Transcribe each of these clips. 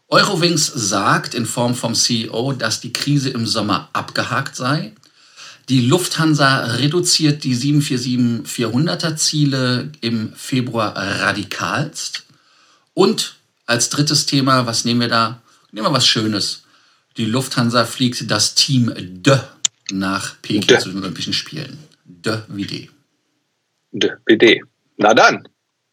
Eurowings sagt in Form vom CEO, dass die Krise im Sommer abgehakt sei. Die Lufthansa reduziert die 747-400er Ziele im Februar radikalst. Und als drittes Thema, was nehmen wir da? Nehmen wir was Schönes. Die Lufthansa fliegt das Team D nach Peking zu den Olympischen Spielen. D wie D. D wie D. Na dann.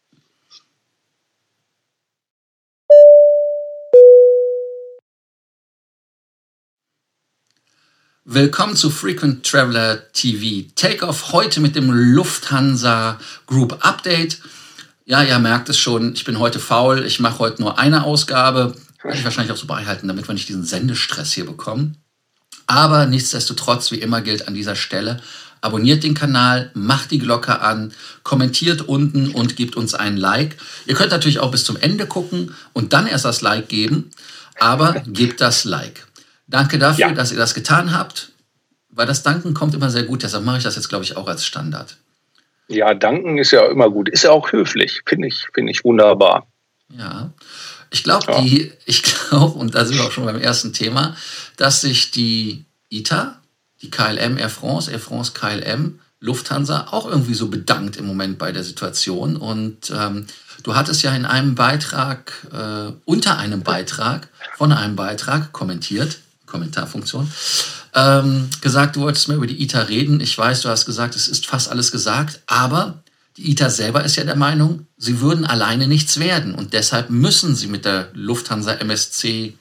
Willkommen zu Frequent Traveler TV. Takeoff heute mit dem Lufthansa Group Update. Ja, ihr merkt es schon, ich bin heute faul. Ich mache heute nur eine Ausgabe. Werde ich wahrscheinlich auch so beibehalten, damit wir nicht diesen Sendestress hier bekommen. Aber nichtsdestotrotz, wie immer gilt an dieser Stelle, abonniert den Kanal, macht die Glocke an, kommentiert unten und gebt uns ein Like. Ihr könnt natürlich auch bis zum Ende gucken und dann erst das Like geben, aber gebt das Like. Danke dafür, dass ihr das getan habt, weil das Danken kommt immer sehr gut. Deshalb mache ich das jetzt, glaube ich, auch als Standard. Ja, danken ist ja immer gut. Ist ja auch höflich. Finde ich wunderbar. Ja, ich glaube, und da sind wir auch schon beim ersten Thema, dass sich die ITA, die KLM, Air France KLM, Lufthansa auch irgendwie so bedankt im Moment bei der Situation. Und du hattest ja in einem Beitrag, unter einem Beitrag, von einem Beitrag kommentiert, Kommentarfunktion, gesagt, du wolltest mal über die ITA reden. Ich weiß, du hast gesagt, es ist fast alles gesagt, aber die ITA selber ist ja der Meinung, sie würden alleine nichts werden und deshalb müssen sie mit der Lufthansa MSC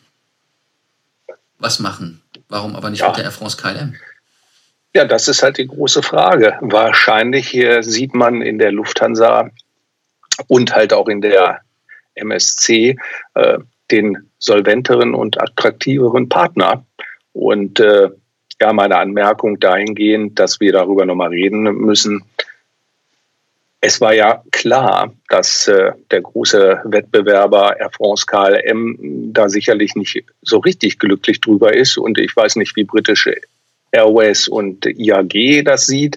was machen. Warum aber nicht mit der Air France KLM? Ja, das ist halt die große Frage. Wahrscheinlich sieht man in der Lufthansa und halt auch in der MSC den solventeren und attraktiveren Partner. Und meine Anmerkung dahingehend, dass wir darüber nochmal reden müssen. Es war ja klar, dass der große Wettbewerber Air France KLM da sicherlich nicht so richtig glücklich drüber ist. Und ich weiß nicht, wie britische Airways und IAG das sieht.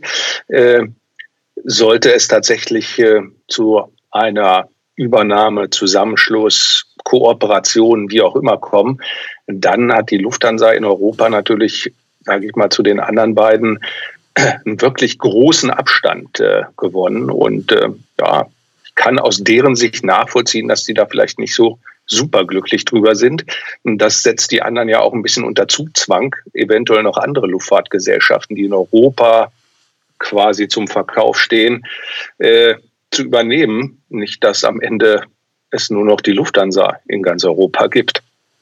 Sollte es tatsächlich zu einer Übernahme, Zusammenschluss, Kooperation, wie auch immer kommen, dann hat die Lufthansa in Europa natürlich, sage ich mal, zu den anderen beiden einen wirklich großen Abstand gewonnen. Und ich kann aus deren Sicht nachvollziehen, dass die da vielleicht nicht so superglücklich drüber sind. Und das setzt die anderen ja auch ein bisschen unter Zugzwang, eventuell noch andere Luftfahrtgesellschaften, die in Europa quasi zum Verkauf stehen, zu übernehmen. Nicht, dass am Ende es nur noch die Lufthansa in ganz Europa gibt.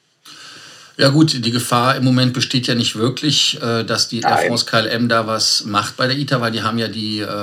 Ja gut, die Gefahr im Moment besteht ja nicht wirklich, dass die Air France KLM da was macht bei der ITA, weil die haben ja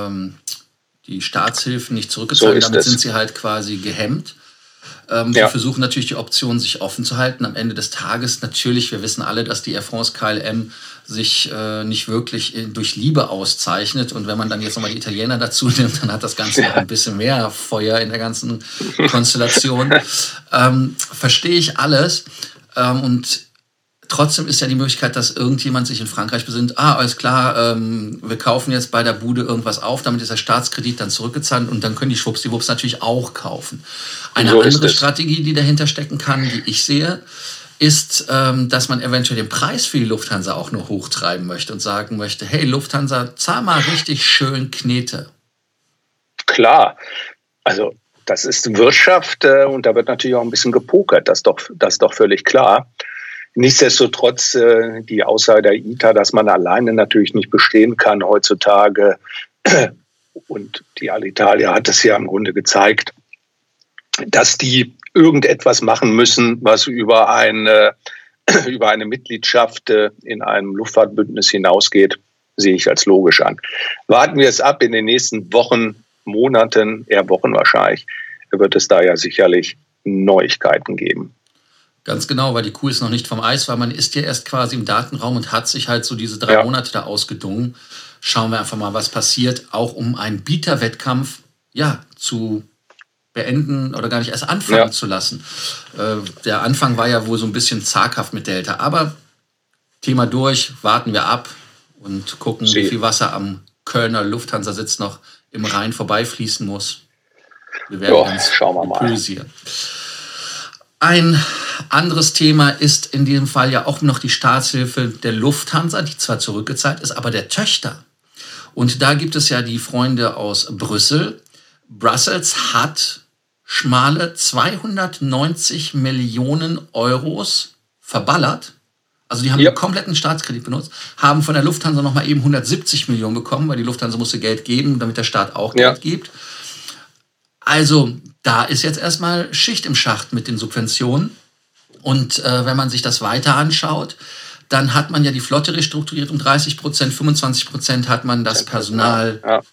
die Staatshilfen nicht zurückgezahlt. Damit sind sie halt quasi gehemmt. Sie versuchen natürlich die Option, sich offen zu halten. Am Ende des Tages natürlich, wir wissen alle, dass die Air France KLM sich nicht wirklich durch Liebe auszeichnet. Und wenn man dann jetzt nochmal die Italiener dazu nimmt, dann hat das Ganze noch ein bisschen mehr Feuer in der ganzen Konstellation. Verstehe ich alles. Und trotzdem ist ja die Möglichkeit, dass irgendjemand sich in Frankreich besinnt, alles klar, wir kaufen jetzt bei der Bude irgendwas auf, damit ist der Staatskredit dann zurückgezahlt und dann können die Schwuppsdiwupps natürlich auch kaufen. Eine andere Strategie, die dahinter stecken kann, die ich sehe, ist, dass man eventuell den Preis für die Lufthansa auch nur hochtreiben möchte und sagen möchte, hey Lufthansa, zahl mal richtig schön Knete. Klar, also das ist Wirtschaft und da wird natürlich auch ein bisschen gepokert, das ist doch völlig klar. Nichtsdestotrotz die Aussage der ITA, dass man alleine natürlich nicht bestehen kann heutzutage, und die Alitalia hat es ja im Grunde gezeigt, dass die irgendetwas machen müssen, was über eine Mitgliedschaft in einem Luftfahrtbündnis hinausgeht, sehe ich als logisch an. Warten wir es ab in den nächsten Wochen, Monaten, eher Wochen wahrscheinlich, wird es da ja sicherlich Neuigkeiten geben. Ganz genau, weil die Kuh ist noch nicht vom Eis, weil man ist ja erst quasi im Datenraum und hat sich halt so diese 3 Monate da ausgedungen. Schauen wir einfach mal, was passiert, auch um einen Bieterwettkampf zu beenden oder gar nicht erst anfangen zu lassen. Der Anfang war ja wohl so ein bisschen zaghaft mit Delta, aber Thema durch, warten wir ab und gucken, wie viel Wasser am Kölner Lufthansa-Sitz noch im Rhein vorbeifließen muss. Wir werden ganz schauen wir mal. pulsieren. Ein Anderes Thema ist in diesem Fall ja auch noch die Staatshilfe der Lufthansa, die zwar zurückgezahlt ist, aber der Töchter. Und da gibt es ja die Freunde aus Brüssel. Brussels hat schmale 290 Millionen Euros verballert. Also die haben den kompletten Staatskredit benutzt, haben von der Lufthansa nochmal eben 170 Millionen bekommen, weil die Lufthansa musste Geld geben, damit der Staat auch Geld gibt. Also da ist jetzt erstmal Schicht im Schacht mit den Subventionen. Und wenn man sich das weiter anschaut, dann hat man ja die Flotte restrukturiert um 30%, 25% hat man das Personal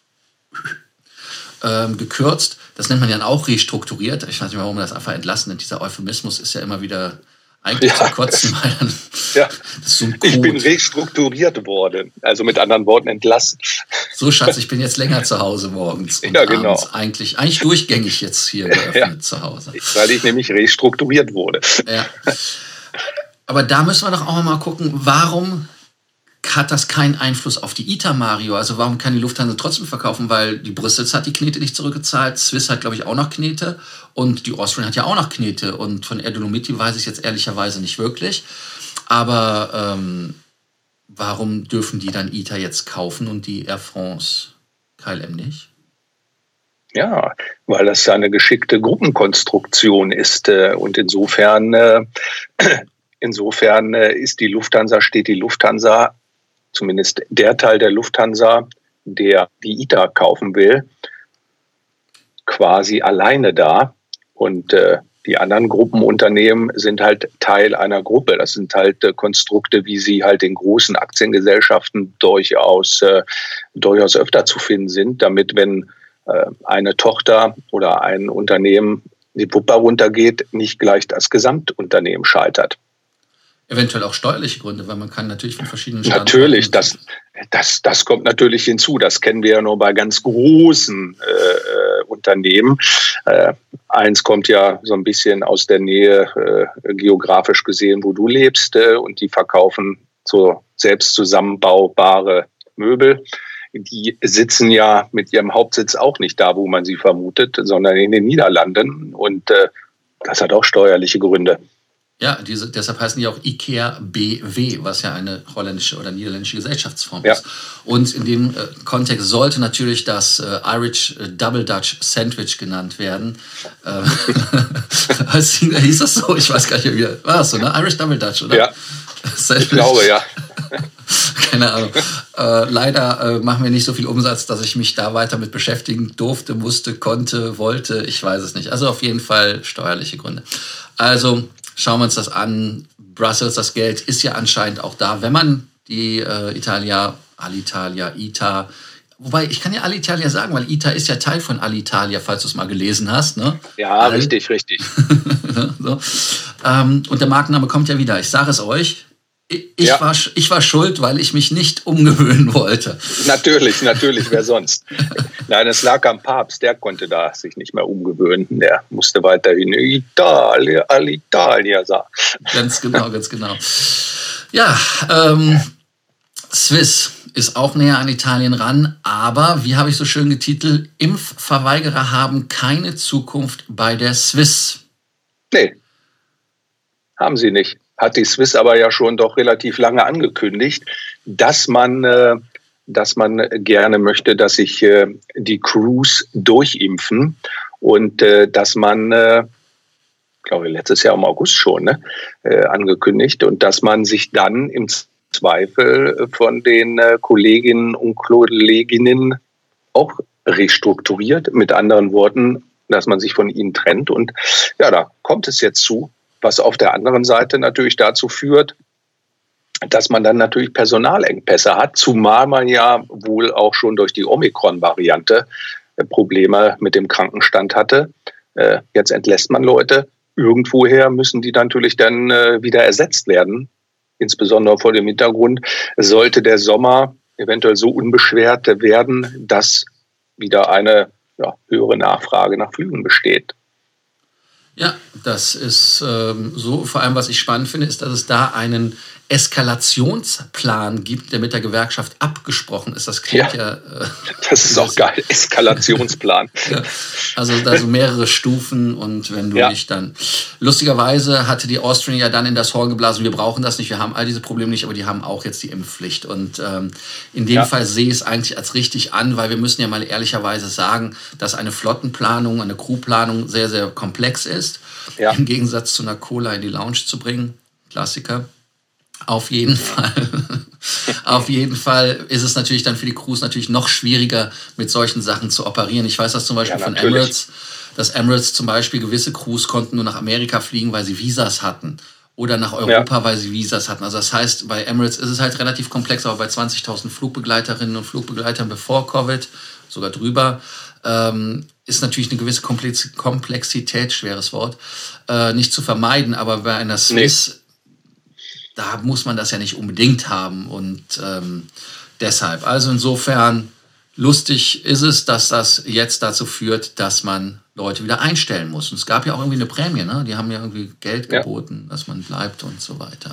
gekürzt. Das nennt man ja auch restrukturiert. Ich weiß nicht, warum man das einfach entlassen nennt. Dieser Euphemismus ist ja immer wieder eigentlich zu kotzen. Weil dann, das ist so ein Code. Ich bin restrukturiert worden. Also mit anderen Worten entlassen. So, Schatz, ich bin jetzt länger zu Hause morgens. Und abends eigentlich durchgängig jetzt hier geöffnet zu Hause. Weil ich nämlich restrukturiert wurde. Ja. Aber da müssen wir doch auch mal gucken, warum hat das keinen Einfluss auf die ITA, Mario? Also warum kann die Lufthansa trotzdem verkaufen? Weil die Brussels hat die Knete nicht zurückgezahlt, Swiss hat, glaube ich, auch noch Knete und die Austrian hat ja auch noch Knete. Und von Air Dolomiti weiß ich jetzt ehrlicherweise nicht wirklich. Aber warum dürfen die dann ITA jetzt kaufen und die Air France KLM nicht? Ja, weil das eine geschickte Gruppenkonstruktion ist und insofern ist die Lufthansa, steht die Lufthansa, zumindest der Teil der Lufthansa, der die ITA kaufen will, quasi alleine da. Und die anderen Gruppenunternehmen sind halt Teil einer Gruppe. Das sind halt Konstrukte, wie sie halt in großen Aktiengesellschaften durchaus öfter zu finden sind, damit, wenn eine Tochter oder ein Unternehmen die Puppe runtergeht, nicht gleich das Gesamtunternehmen scheitert. Eventuell auch steuerliche Gründe, weil man kann natürlich von verschiedenen Staaten... Natürlich, das kommt natürlich hinzu. Das kennen wir ja nur bei ganz großen Unternehmen. Eins kommt ja so ein bisschen aus der Nähe, geografisch gesehen, wo du lebst, und die verkaufen so selbst zusammenbaubare Möbel. Die sitzen ja mit ihrem Hauptsitz auch nicht da, wo man sie vermutet, sondern in den Niederlanden. Und das hat auch steuerliche Gründe. Ja, deshalb heißen die auch IKEA BW, was ja eine holländische oder niederländische Gesellschaftsform ist. Und in dem Kontext sollte natürlich das Irish Double Dutch Sandwich genannt werden. Hieß das so? Ich weiß gar nicht, wie war das so, ne? Irish Double Dutch, oder? Ja, ich glaube, ja. Keine Ahnung. Leider machen wir nicht so viel Umsatz, dass ich mich da weiter mit beschäftigen durfte, musste, konnte, wollte. Ich weiß es nicht. Also auf jeden Fall steuerliche Gründe. Also schauen wir uns das an. Brussels, das Geld ist ja anscheinend auch da. Wenn man die Alitalia, ITA, wobei ich kann ja Alitalia sagen, weil ITA ist ja Teil von Alitalia, falls du es mal gelesen hast. Ne? Ja, richtig. So. Und der Markenname kommt ja wieder. Ich sage es euch. Ich war schuld, weil ich mich nicht umgewöhnen wollte. Natürlich, wer sonst? Nein, es lag am Papst, der konnte da sich nicht mehr umgewöhnen. Der musste weiterhin Alitalia sagen. Ganz genau. Ja, Swiss ist auch näher an Italien ran, aber, wie habe ich so schön getitelt, Impfverweigerer haben keine Zukunft bei der Swiss. Nee, haben sie nicht. Hat die Swiss aber ja schon doch relativ lange angekündigt, dass man gerne möchte, dass sich die Crews durchimpfen und dass man, glaube ich, letztes Jahr im August schon angekündigt, und dass man sich dann im Zweifel von den Kolleginnen und Kollegen auch restrukturiert. Mit anderen Worten, dass man sich von ihnen trennt. Und ja, da kommt es jetzt zu, was auf der anderen Seite natürlich dazu führt, dass man dann natürlich Personalengpässe hat, zumal man ja wohl auch schon durch die Omikron-Variante Probleme mit dem Krankenstand hatte. Jetzt entlässt man Leute. Irgendwoher müssen die natürlich dann wieder ersetzt werden. Insbesondere vor dem Hintergrund, sollte der Sommer eventuell so unbeschwert werden, dass wieder eine höhere Nachfrage nach Flügen besteht. Ja, das ist so. Vor allem, was ich spannend finde, ist, dass es da einen Eskalationsplan gibt, der mit der Gewerkschaft abgesprochen ist. Das klingt das ist auch geil. Eskalationsplan. Ja, also da so mehrere Stufen und wenn du dich dann... Lustigerweise hatte die Austrian ja dann in das Horn geblasen, wir brauchen das nicht, wir haben all diese Probleme nicht, aber die haben auch jetzt die Impfpflicht. Und in dem Fall sehe ich es eigentlich als richtig an, weil wir müssen ja mal ehrlicherweise sagen, dass eine Flottenplanung, eine Crewplanung sehr, sehr komplex ist. Ja. Im Gegensatz zu einer Cola in die Lounge zu bringen. Klassiker. Auf jeden Fall. Auf jeden Fall ist es natürlich dann für die Crews natürlich noch schwieriger, mit solchen Sachen zu operieren. Ich weiß das zum Beispiel von Emirates, dass Emirates zum Beispiel gewisse Crews konnten nur nach Amerika fliegen, weil sie Visas hatten. Oder nach Europa, weil sie Visas hatten. Also das heißt, bei Emirates ist es halt relativ komplex, aber bei 20.000 Flugbegleiterinnen und Flugbegleitern bevor Covid, sogar drüber, ist natürlich eine gewisse Komplexität, schweres Wort, nicht zu vermeiden. Aber bei einer Swiss, da muss man das ja nicht unbedingt haben. Und deshalb, also insofern, lustig ist es, dass das jetzt dazu führt, dass man Leute wieder einstellen muss. Und es gab ja auch irgendwie eine Prämie, ne? Die haben ja irgendwie Geld geboten, dass man bleibt und so weiter.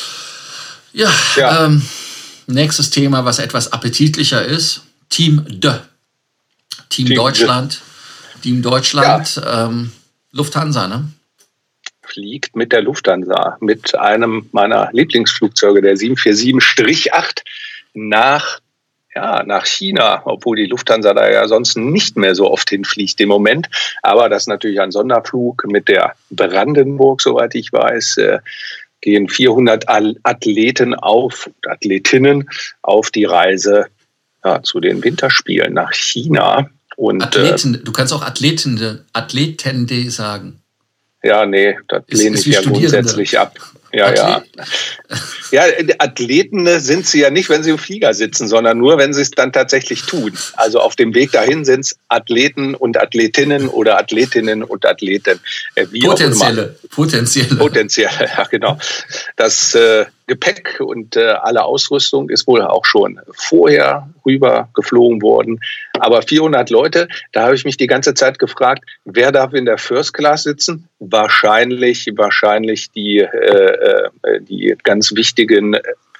Ja. Nächstes Thema, was etwas appetitlicher ist, Team Deutschland. Team Deutschland, Lufthansa, ne? Fliegt mit der Lufthansa, mit einem meiner Lieblingsflugzeuge, der 747-8, nach China, obwohl die Lufthansa da ja sonst nicht mehr so oft hinfliegt im Moment. Aber das ist natürlich ein Sonderflug mit der Brandenburg, soweit ich weiß, gehen 400 Athletinnen auf die Reise zu den Winterspielen nach China. Und, du kannst auch Athletende sagen. Ja, nee, das lehne ich ja grundsätzlich ab. Ja. Athleten sind sie ja nicht, wenn sie im Flieger sitzen, sondern nur, wenn sie es dann tatsächlich tun. Also auf dem Weg dahin sind es Athleten und Athletinnen oder Athletinnen und Athleten. Potenzielle, ja, genau. Das Gepäck und alle Ausrüstung ist wohl auch schon vorher rüber geflogen worden. Aber 400 Leute, da habe ich mich die ganze Zeit gefragt, wer darf in der First Class sitzen? Wahrscheinlich die ganz wichtigen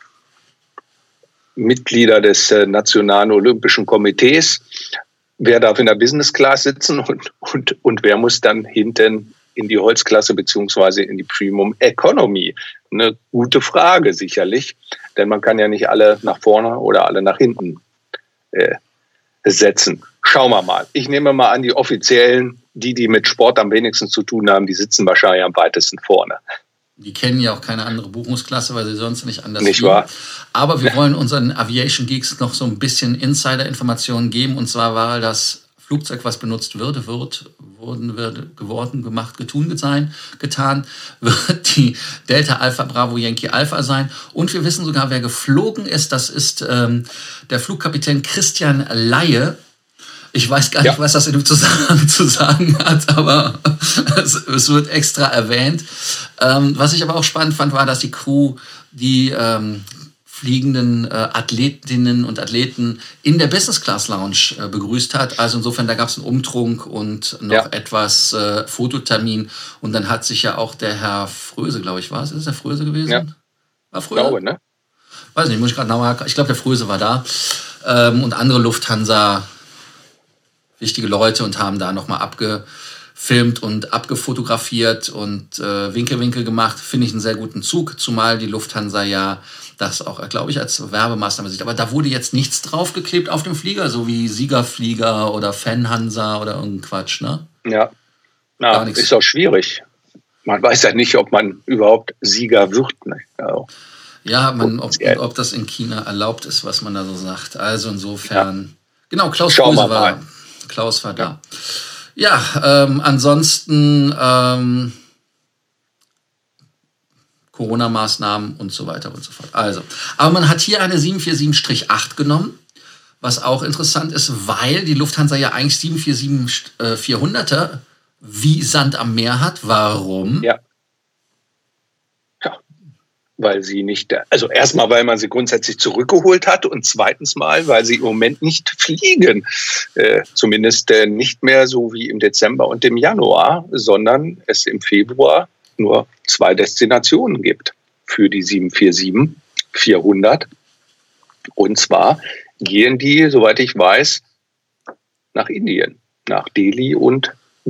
Mitglieder des Nationalen Olympischen Komitees. Wer darf in der Business Class sitzen und wer muss dann hinten in die Holzklasse beziehungsweise in die Premium Economy? Eine gute Frage sicherlich, denn man kann ja nicht alle nach vorne oder alle nach hinten setzen. Schauen wir mal. Ich nehme mal an, die Offiziellen, die mit Sport am wenigsten zu tun haben, die sitzen wahrscheinlich am weitesten vorne. Die kennen ja auch keine andere Buchungsklasse, weil sie sonst nicht anders nicht wahr? Aber wir wollen unseren Aviation Geeks noch so ein bisschen Insider-Informationen geben. Und zwar war das Flugzeug, was benutzt getan, wird die Delta Alpha Bravo Yankee Alpha sein. Und wir wissen sogar, wer geflogen ist. Das ist der Flugkapitän Christian Laie. Ich weiß gar nicht, was das in dem Zusammenhang zu sagen hat, aber es wird extra erwähnt. Was ich aber auch spannend fand, war, dass die Crew die fliegenden Athletinnen und Athleten in der Business Class Lounge begrüßt hat. Also insofern, da gab es einen Umtrunk und noch etwas Fototermin. Und dann hat sich ja auch der Herr Fröse, glaube ich, ist es der Fröse gewesen? Ja. War Fröse? Ich glaube, ne? Weiß nicht, muss ich gerade nachher. Ich glaube, der Fröse war da. Und andere Lufthansa wichtige Leute und haben da nochmal abgefilmt und abgefotografiert und Winkel gemacht. Finde ich einen sehr guten Zug, zumal die Lufthansa ja das auch, glaube ich, als Werbemaßnahme sieht. Aber da wurde jetzt nichts draufgeklebt auf dem Flieger, so wie Siegerflieger oder Fanhansa oder irgendein Quatsch, ne? Ja, ist auch schwierig. Man weiß ja nicht, ob man überhaupt Sieger wird. Ne? Also, ob das in China erlaubt ist, was man da so sagt. Also insofern, genau, Klaus war da. Ja, ansonsten Corona-Maßnahmen und so weiter und so fort. Also, aber man hat hier eine 747-8 genommen, was auch interessant ist, weil die Lufthansa ja eigentlich 747-400er wie Sand am Meer hat. Warum? Ja, weil sie nicht, also erstmal, weil man sie grundsätzlich zurückgeholt hat und zweitens mal, weil sie im Moment nicht fliegen. Zumindest nicht mehr so wie im Dezember und im Januar, sondern es im Februar nur 2 Destinationen gibt. für die 747-400. Und zwar gehen die, soweit ich weiß, nach Indien, nach Delhi und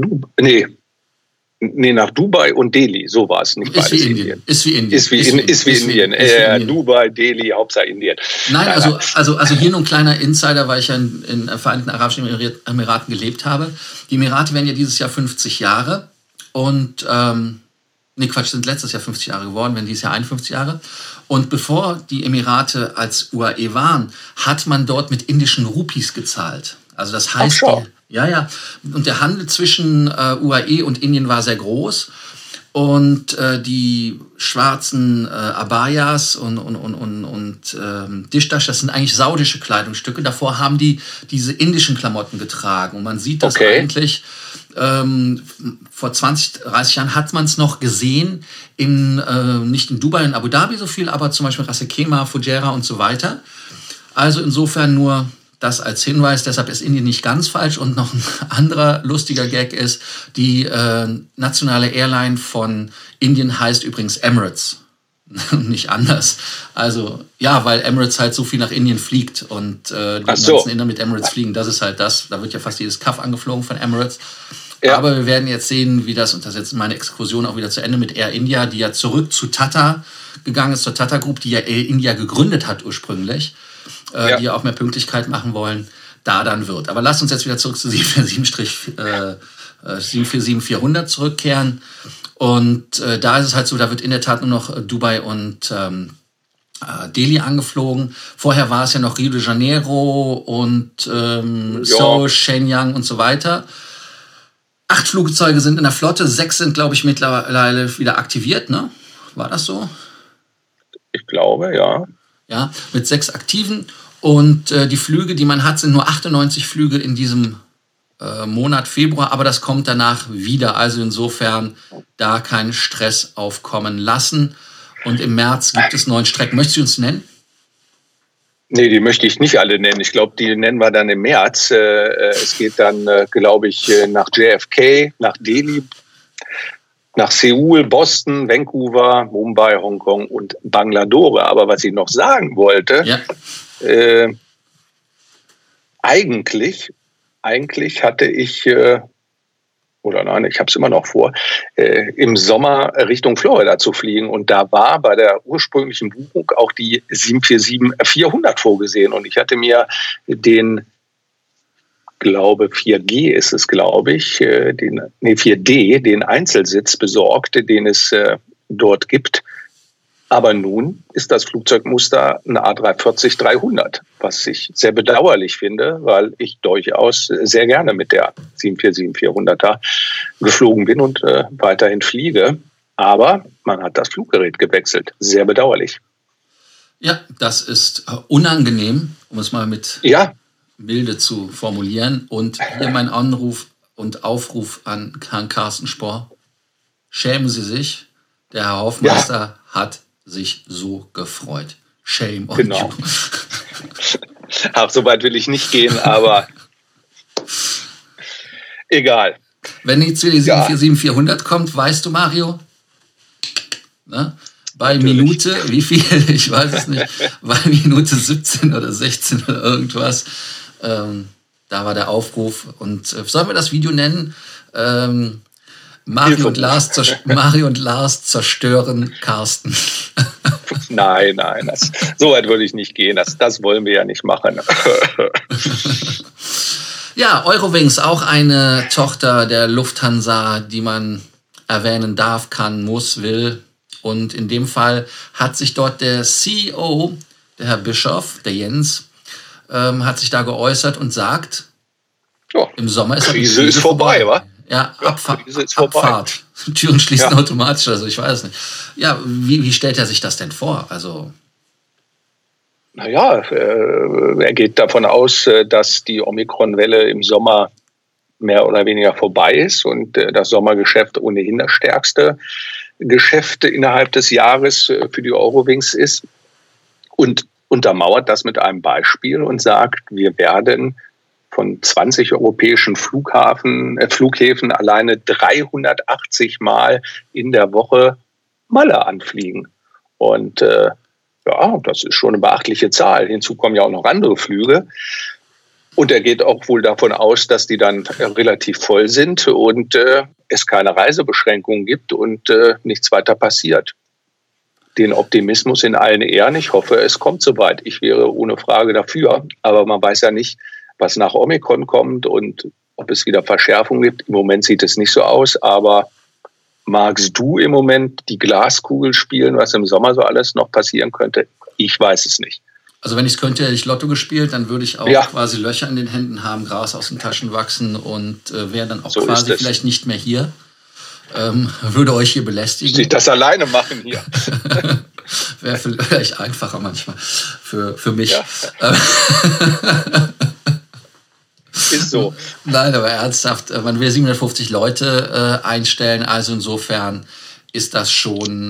nach Dubai und Delhi, so war es, nicht beides Indien. Ist wie Indien. Ist wie Indien. Dubai, Delhi, Hauptsache Indien. Nein, also hier nur ein kleiner Insider, weil ich ja in den Vereinigten Arabischen Emiraten gelebt habe. Die Emirate werden ja dieses Jahr 50 Jahre und sind letztes Jahr 50 Jahre geworden, werden dieses Jahr 51 Jahre. Und bevor die Emirate als UAE waren, hat man dort mit indischen Rupees gezahlt. Also das heißt, und der Handel zwischen UAE und Indien war sehr groß. Und die schwarzen Abayas und Dishdash, das sind eigentlich saudische Kleidungsstücke. Davor haben die diese indischen Klamotten getragen. Und man sieht das eigentlich, vor 20, 30 Jahren hat man es noch gesehen, nicht in Dubai und Abu Dhabi so viel, aber zum Beispiel Ras Al Khaimah, Fujairah und so weiter. Also insofern nur das als Hinweis, deshalb ist Indien nicht ganz falsch. Und noch ein anderer lustiger Gag ist, die nationale Airline von Indien heißt übrigens Emirates. Nicht anders. Also ja, weil Emirates halt so viel nach Indien fliegt und die ganzen Inder mit Emirates fliegen. Das ist halt das. Da wird ja fast jedes Kaff angeflogen von Emirates. Ja. Aber wir werden jetzt sehen, wie das, und das ist jetzt meine Exkursion auch wieder zu Ende mit Air India, die ja zurück zu Tata gegangen ist, zur Tata Group, die ja Air India gegründet hat ursprünglich. Die ja auch mehr Pünktlichkeit machen wollen, da dann wird. Aber lasst uns jetzt wieder zurück zu 747-400 zurückkehren. Und da ist es halt so, da wird in der Tat nur noch Dubai und Delhi angeflogen. Vorher war es ja noch Rio de Janeiro und Seoul, Shenyang und so weiter. 8 Flugzeuge sind in der Flotte, 6 sind, glaube ich, mittlerweile wieder aktiviert, ne? War das so? Ich glaube, ja. Ja, mit 6 Aktiven. Und die Flüge, die man hat, sind nur 98 Flüge in diesem Monat Februar, aber das kommt danach wieder. Also insofern da keinen Stress aufkommen lassen. Und im März gibt es 9 Strecken. Möchtest du uns nennen? Nee, die möchte ich nicht alle nennen. Ich glaube, die nennen wir dann im März. Es geht dann, glaube ich, nach JFK, nach Delhi, nach Seoul, Boston, Vancouver, Mumbai, Hongkong und Bangalore. Aber was ich noch sagen wollte, eigentlich hatte ich, ich habe es immer noch vor, im Sommer Richtung Florida zu fliegen. Und da war bei der ursprünglichen Buchung auch die 747-400 vorgesehen. Und ich hatte mir den, glaube 4G ist es, glaube ich, 4D, den Einzelsitz besorgt, den es dort gibt. Aber nun ist das Flugzeugmuster ein A340-300, was ich sehr bedauerlich finde, weil ich durchaus sehr gerne mit der 747-400er geflogen bin und weiterhin fliege. Aber man hat das Fluggerät gewechselt. Sehr bedauerlich. Ja, das ist unangenehm, um es mal mit Milde zu formulieren. Und hier mein Anruf und Aufruf an Herrn Carsten Spohr. Schämen Sie sich. Der Herr Hofmeister hat sich so gefreut. Shame on you. Ach, so weit will ich nicht gehen, aber egal. Wenn jetzt die 747-400 kommt, weißt du, Mario? Na? Bei Minute, wie viel? Ich weiß es nicht. Bei Minute 17 oder 16 oder irgendwas. Da war der Aufruf. Und sollen wir das Video nennen? Mario und Lars zerstören Carsten. Nein, so weit würde ich nicht gehen. Das wollen wir ja nicht machen. Ja, Eurowings, auch eine Tochter der Lufthansa, die man erwähnen darf, kann, muss, will. Und in dem Fall hat sich dort der CEO, der Herr Bischof, der Jens, hat sich da geäußert und sagt, im Sommer ist die Krise ist vorbei, wa? Ja, Abfahrt. Türen schließen automatisch, also ich weiß nicht. Ja, wie stellt er sich das denn vor? Also naja, er geht davon aus, dass die Omikron-Welle im Sommer mehr oder weniger vorbei ist und das Sommergeschäft ohnehin das stärkste Geschäft innerhalb des Jahres für die Eurowings ist. Und untermauert das mit einem Beispiel und sagt, wir werden von 20 europäischen Flughäfen alleine 380 Mal in der Woche Malle anfliegen. Und ja, das ist schon eine beachtliche Zahl. Hinzu kommen ja auch noch andere Flüge. Und er geht auch wohl davon aus, dass die dann relativ voll sind und es keine Reisebeschränkungen gibt und nichts weiter passiert. Den Optimismus in allen Ehren. Ich hoffe, es kommt soweit. Ich wäre ohne Frage dafür. Aber man weiß ja nicht, was nach Omikron kommt und ob es wieder Verschärfungen gibt. Im Moment sieht es nicht so aus. Aber magst du im Moment die Glaskugel spielen, was im Sommer so alles noch passieren könnte? Ich weiß es nicht. Also wenn ich es könnte, hätte ich Lotto gespielt, dann würde ich auch quasi Löcher in den Händen haben, Gras aus den Taschen wachsen und wäre dann auch so quasi vielleicht nicht mehr hier. Würde euch hier belästigen. Muss ich das alleine machen hier? Wäre vielleicht einfacher manchmal für mich. Ja. Ist so. Nein, aber ernsthaft, man will 750 Leute einstellen, also insofern ist das schon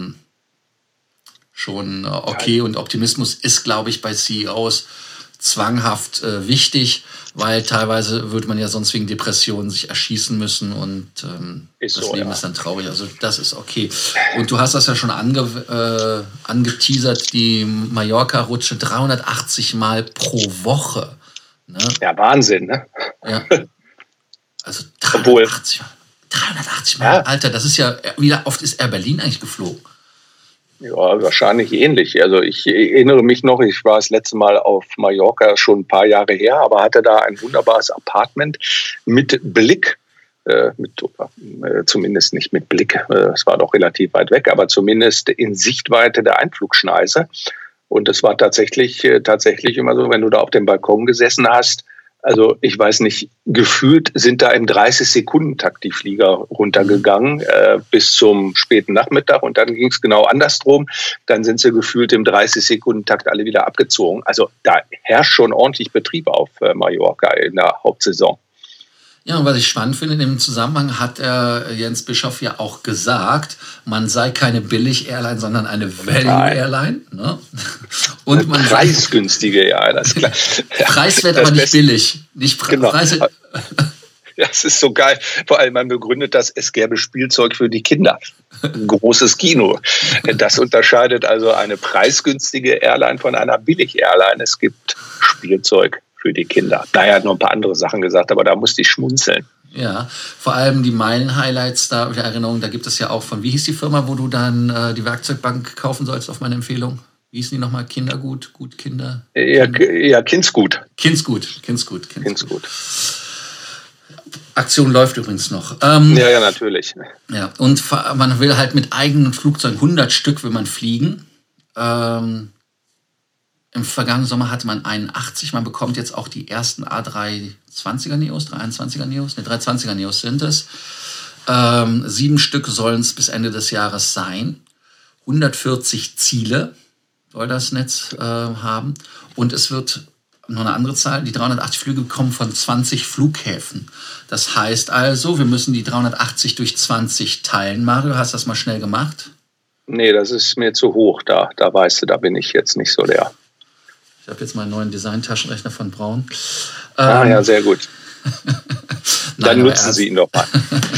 okay. Und Optimismus ist, glaube ich, bei CEOs zwanghaft wichtig, weil teilweise würde man ja sonst wegen Depressionen sich erschießen müssen und das Leben ist dann traurig. Also das ist okay. Und du hast das ja schon angeteasert, die Mallorca-Rutsche 380 Mal pro Woche. Ne? Ja, Wahnsinn, ne? Ja. Also 380 Mal. Ja. Alter, das ist ja, wie oft ist Air Berlin eigentlich geflogen? Ja, wahrscheinlich ähnlich. Also ich erinnere mich noch, ich war das letzte Mal auf Mallorca schon ein paar Jahre her, aber hatte da ein wunderbares Apartment mit Blick, zumindest nicht mit Blick, es war doch relativ weit weg, aber zumindest in Sichtweite der Einflugschneise. Und es war tatsächlich immer so, wenn du da auf dem Balkon gesessen hast, also ich weiß nicht, gefühlt sind da im 30-Sekunden-Takt die Flieger runtergegangen bis zum späten Nachmittag und dann ging es genau andersrum. Dann sind sie gefühlt im 30-Sekunden-Takt alle wieder abgezogen. Also da herrscht schon ordentlich Betrieb auf Mallorca in der Hauptsaison. Ja, und was ich spannend finde, in dem Zusammenhang hat Jens Bischof ja auch gesagt, man sei keine Billig-Airline, sondern eine Value-Airline. Ne? Und man preisgünstige Airline, das ist klar. Preiswert, aber nicht billig. Nicht genau. Das ist so geil. Vor allem, man begründet das, es gäbe Spielzeug für die Kinder. Ein großes Kino. Das unterscheidet also eine preisgünstige Airline von einer Billig-Airline. Es gibt Spielzeug für die Kinder. Naja, hat noch ein paar andere Sachen gesagt, aber da musste ich schmunzeln. Ja, vor allem die Meilen-Highlights da, der Erinnerung, da gibt es ja auch von, wie hieß die Firma, wo du dann die Werkzeugbank kaufen sollst, auf meine Empfehlung? Wie hießen die nochmal? Kindergut? Gut, Kinder? Ja, Kindsgut. Kindsgut. Aktion läuft übrigens noch. Ja, natürlich. Ja, und man will halt mit eigenen Flugzeugen, 100 Stück will man fliegen. Im vergangenen Sommer hatte man 81, man bekommt jetzt auch die ersten A320er Neos, 321er Neos, 320er Neos sind es. 7 Stück sollen es bis Ende des Jahres sein. 140 Ziele soll das Netz haben. Und es wird noch eine andere Zahl, die 380 Flüge kommen von 20 Flughäfen. Das heißt also, wir müssen die 380 durch 20 teilen. Mario, hast du das mal schnell gemacht? Nee, das ist mir zu hoch. Da weißt du, da bin ich jetzt nicht so der. Ich habe jetzt meinen neuen Design-Taschenrechner von Braun. Ja, sehr gut. Dann nutzen Sie ihn doch mal.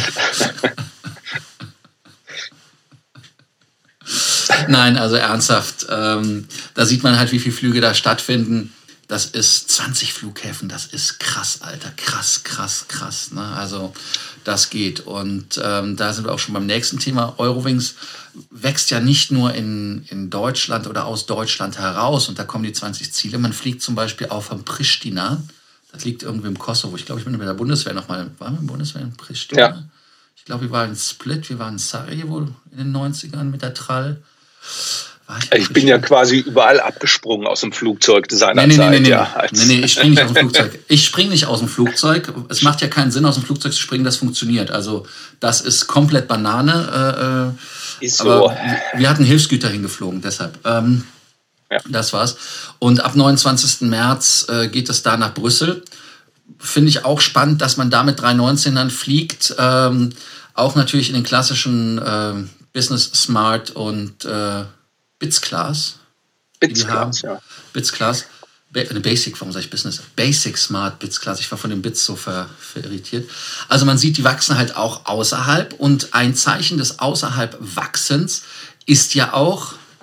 Nein, also ernsthaft. Da sieht man halt, wie viele Flüge da stattfinden. Das ist 20 Flughäfen, das ist krass, Alter. Krass. Ne? Also das geht. Und da sind wir auch schon beim nächsten Thema. Eurowings wächst ja nicht nur in Deutschland oder aus Deutschland heraus. Und da kommen die 20 Ziele. Man fliegt zum Beispiel auch von Pristina. Das liegt irgendwie im Kosovo. Ich glaube, ich bin bei der Bundeswehr nochmal. Waren wir in der Bundeswehr in Pristina? Ja. Ich glaube, wir waren in Split, wir waren in Sarajevo in den 90ern mit der Trall. Ich bin ja quasi überall abgesprungen aus dem Flugzeug seinerzeit. Nee, ich springe nicht aus dem Flugzeug. Ich springe nicht aus dem Flugzeug. Es macht ja keinen Sinn, aus dem Flugzeug zu springen, das funktioniert. Also das ist komplett Banane. Ist so. Aber wir hatten Hilfsgüter hingeflogen, deshalb. Das war's. Und ab 29. März geht es da nach Brüssel. Finde ich auch spannend, dass man da mit 319ern fliegt. Auch natürlich in den klassischen Business Smart und Bits-Class. Bits-Class, ja. Bits-Class. Basic, warum sage ich Business? Basic Smart Bits-Class. Ich war von den Bits so verirritiert. Also man sieht, die wachsen halt auch außerhalb. Und ein Zeichen des außerhalb Wachsens ist ja auch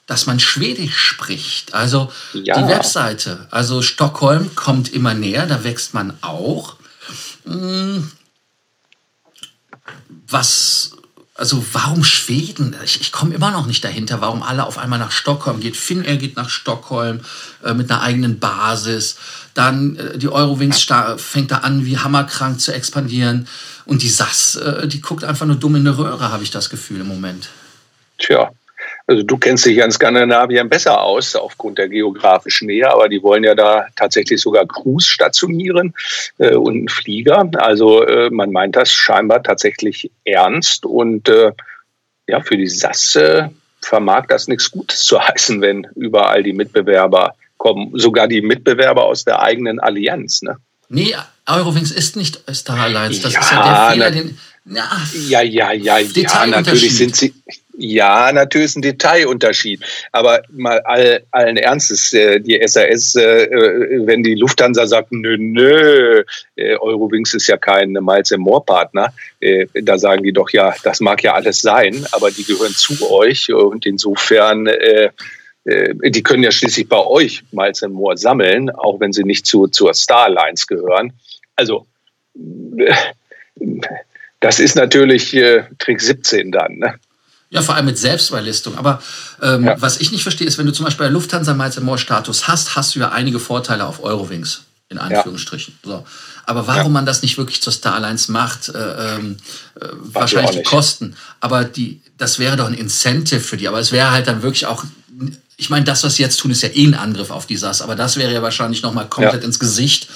dass man Schwedisch spricht. Also die Webseite, also Stockholm kommt immer näher, da wächst man auch. Warum Schweden? Ich komme immer noch nicht dahinter, warum alle auf einmal nach Stockholm geht. Finnair geht nach Stockholm mit einer eigenen Basis. Dann die Eurowings fängt da an, wie hammerkrank zu expandieren. Und die SAS, die guckt einfach nur dumm in eine Röhre, habe ich das Gefühl im Moment. Tja, also du kennst dich ja in Skandinavien besser aus, aufgrund der geografischen Nähe, aber die wollen ja da tatsächlich sogar Crews stationieren und einen Flieger. Also man meint das scheinbar tatsächlich ernst und für die SAS vermag das nichts Gutes zu heißen, wenn überall die Mitbewerber kommen, sogar die Mitbewerber aus der eigenen Allianz, ne? Nee, Eurowings ist nicht Star Alliance, das ist ja der Fehler, natürlich sind sie. Ja, natürlich ist ein Detailunterschied. Aber mal allen Ernstes, die SAS, wenn die Lufthansa sagt, nö, Eurowings ist ja kein Miles & More Partner, da sagen die doch, ja, das mag ja alles sein, aber die gehören zu euch und insofern, die können ja schließlich bei euch Miles & More sammeln, auch wenn sie nicht zur Star Alliance gehören. Also, das ist natürlich Trick 17 dann, ne? Ja, vor allem mit Selbstüberlistung. Aber was ich nicht verstehe, ist, wenn du zum Beispiel bei Lufthansa Miles & More Status hast du ja einige Vorteile auf Eurowings, in Anführungsstrichen. So. Aber warum man das nicht wirklich zur Star Alliance macht, wahrscheinlich die Kosten. Aber das wäre doch ein Incentive für die. Aber es wäre halt dann wirklich auch, ich meine, das, was sie jetzt tun, ist ja ein Angriff auf die SAS. Aber das wäre ja wahrscheinlich nochmal komplett ins Gesicht.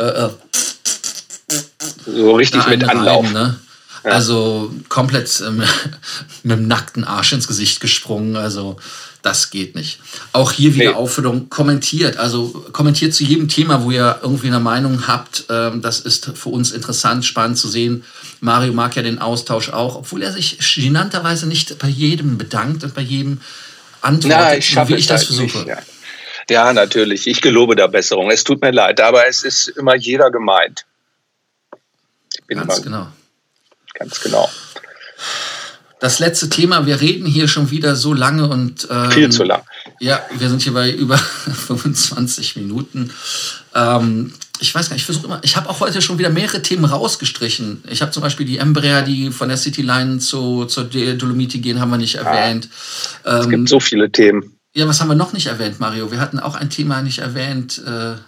So richtig mit Anlauf. Ne? Ja. Also komplett mit dem nackten Arsch ins Gesicht gesprungen. Also das geht nicht. Auch hier wieder Aufforderung, kommentiert. Also kommentiert zu jedem Thema, wo ihr irgendwie eine Meinung habt. Das ist für uns interessant, spannend zu sehen. Mario mag ja den Austausch auch, obwohl er sich genannterweise nicht bei jedem bedankt und bei jedem antwortet, wie ich das versuche. Nicht, ja, natürlich. Ich gelobe da Besserung. Es tut mir leid, aber es ist immer jeder gemeint. Ganz genau. Ganz genau. Das letzte Thema, wir reden hier schon wieder so lange und viel zu lang. Ja, wir sind hier bei über 25 Minuten. Ich weiß gar nicht, ich habe auch heute schon wieder mehrere Themen rausgestrichen. Ich habe zum Beispiel die Embraer, die von der Cityline zur Dolomiti gehen, haben wir nicht erwähnt. Es gibt so viele Themen. Ja, was haben wir noch nicht erwähnt, Mario? Wir hatten auch ein Thema nicht erwähnt.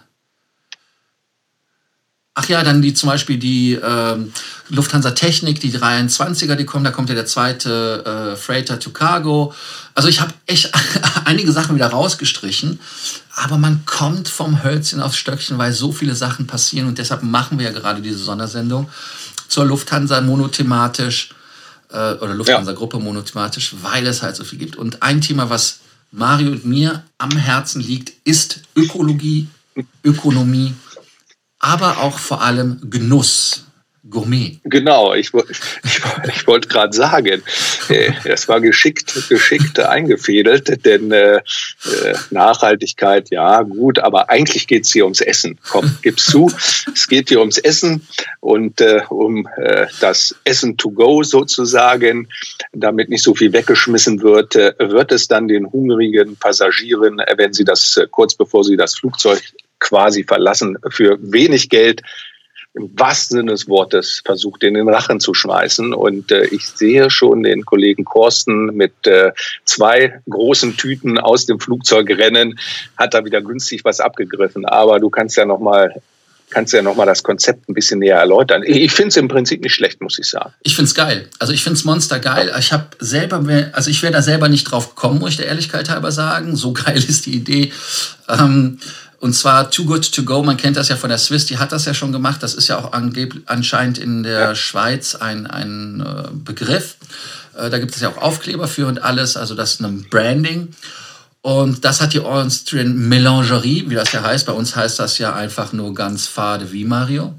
Ach ja, dann zum Beispiel die Lufthansa Technik, die 321er, die kommen, da kommt ja der zweite Freighter to Cargo. Also ich habe echt einige Sachen wieder rausgestrichen, aber man kommt vom Hölzchen aufs Stöckchen, weil so viele Sachen passieren und deshalb machen wir ja gerade diese Sondersendung zur Lufthansa monothematisch oder Lufthansa-Gruppe monothematisch, weil es halt so viel gibt. Und ein Thema, was Mario und mir am Herzen liegt, ist Ökologie, Ökonomie, aber auch vor allem Genuss, Gourmet. Genau, ich wollte gerade sagen, das war geschickt eingefädelt, denn Nachhaltigkeit, ja gut, aber eigentlich geht es hier ums Essen. Komm, gib's zu, es geht hier ums Essen und um das Essen to go sozusagen, damit nicht so viel weggeschmissen wird, wird es dann den hungrigen Passagieren, wenn sie das kurz bevor sie das Flugzeug quasi verlassen, für wenig Geld im wahrsten Sinne des Wortes versucht, in den Rachen zu schmeißen. Und ich sehe schon den Kollegen Korsten mit 2 großen Tüten aus dem Flugzeug rennen, hat da wieder günstig was abgegriffen. Aber du kannst ja noch mal das Konzept ein bisschen näher erläutern. Ich finde es im Prinzip nicht schlecht, muss ich sagen. Ich finde es geil. Also ich finde es monster geil. Ich wäre da selber nicht drauf gekommen, muss ich der Ehrlichkeit halber sagen. So geil ist die Idee. Und zwar Too Good To Go, man kennt das ja von der Swiss, die hat das ja schon gemacht. Das ist ja auch anscheinend in der Schweiz ein Begriff. Da gibt es ja auch Aufkleber für und alles, also das ist ein Branding. Und das hat die Austrian Melangerie, wie das ja heißt. Bei uns heißt das ja einfach nur ganz fade wie Mario.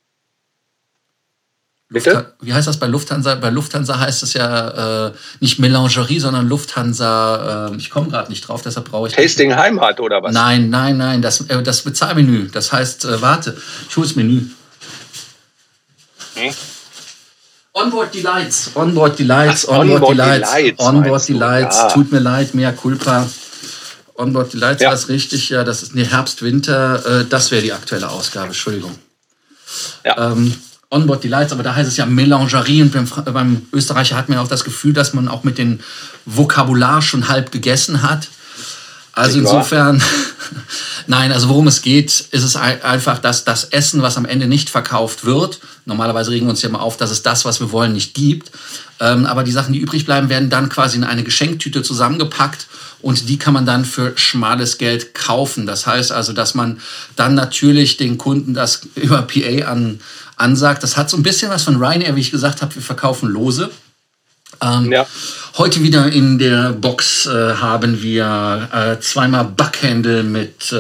Bitte? Wie heißt das bei Lufthansa? Bei Lufthansa heißt es ja nicht Melangerie, sondern Lufthansa, ich komme gerade nicht drauf, deshalb brauche ich... Tasting Heimat oder was? Nein, das Bezahlmenü. Das heißt, warte, ich hole das Menü. Onboard Delights. Onboard Delights. Ja. Tut mir leid, mea culpa. Onboard Delights war es richtig. Ja, das ist Herbst, Winter. Das wäre die aktuelle Ausgabe. Entschuldigung. Ja. Onboard Delights, aber da heißt es ja Melangerie. Und beim Österreicher hat man auch das Gefühl, dass man auch mit dem Vokabular schon halb gegessen hat. Also insofern, nein, also worum es geht, ist es einfach, dass das Essen, was am Ende nicht verkauft wird, normalerweise regen wir uns ja mal auf, dass es das, was wir wollen, nicht gibt, aber die Sachen, die übrig bleiben, werden dann quasi in eine Geschenktüte zusammengepackt und die kann man dann für schmales Geld kaufen. Das heißt also, dass man dann natürlich den Kunden das über PA ansagt. Das hat so ein bisschen was von Ryanair, wie ich gesagt habe, wir verkaufen Lose. Heute wieder in der Box haben wir zweimal Backhändel mit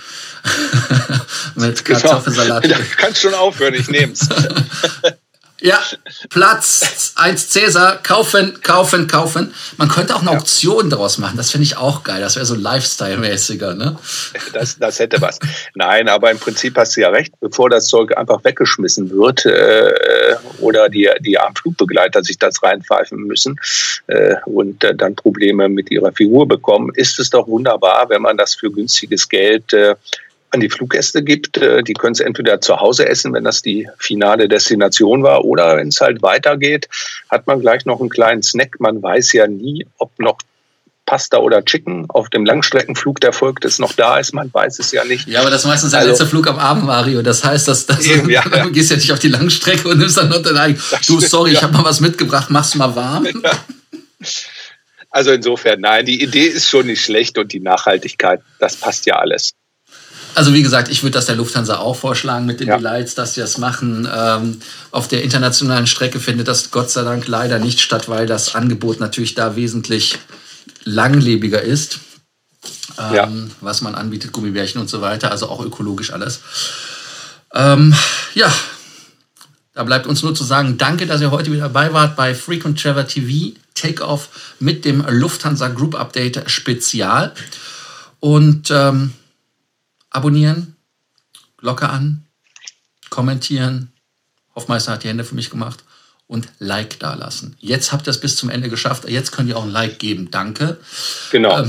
Kartoffelsalat. Du kannst schon aufhören, ich nehm's. Ja, Platz 1 Cäsar, kaufen. Man könnte auch eine Auktion daraus machen, das finde ich auch geil. Das wäre so Lifestyle-mäßiger, ne? Das hätte was. Nein, aber im Prinzip hast du ja recht, bevor das Zeug einfach weggeschmissen wird oder die armen Flugbegleiter sich das reinpfeifen müssen und dann Probleme mit ihrer Figur bekommen, ist es doch wunderbar, wenn man das für günstiges Geld an die Fluggäste gibt. Die können es entweder zu Hause essen, wenn das die finale Destination war, oder wenn es halt weitergeht, hat man gleich noch einen kleinen Snack. Man weiß ja nie, ob noch Pasta oder Chicken auf dem Langstreckenflug, der folgt, ist noch da ist. Man weiß es ja nicht. Ja, aber das ist meistens der letzte Flug am Abend, Mario. Das heißt, du gehst ja nicht auf die Langstrecke und nimmst dann noch dein eigenes. Du, sorry, ich habe mal was mitgebracht, mach's mal warm. Ja. Also insofern, nein, die Idee ist schon nicht schlecht und die Nachhaltigkeit, das passt ja alles. Also wie gesagt, ich würde das der Lufthansa auch vorschlagen mit den Delights, dass sie das machen. Auf der internationalen Strecke findet das Gott sei Dank leider nicht statt, weil das Angebot natürlich da wesentlich langlebiger ist, was man anbietet, Gummibärchen und so weiter, also auch ökologisch alles. Da bleibt uns nur zu sagen, danke, dass ihr heute wieder dabei wart bei Frequent Traveler TV Takeoff mit dem Lufthansa Group Update Spezial. Und abonnieren, Glocke an, kommentieren. Hoffmeister hat die Hände für mich gemacht. Und Like da lassen. Jetzt habt ihr es bis zum Ende geschafft. Jetzt könnt ihr auch ein Like geben. Danke. Genau.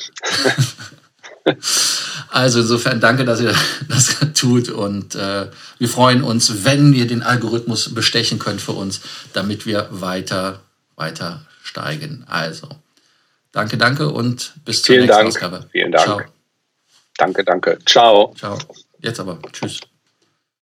Also insofern danke, dass ihr das tut. Und wir freuen uns, wenn ihr den Algorithmus bestechen könnt für uns, damit wir weiter steigen. Also danke und bis zur nächsten Ausgabe. Vielen Dank. Ciao. Danke. Ciao. Ciao. Jetzt aber. Tschüss.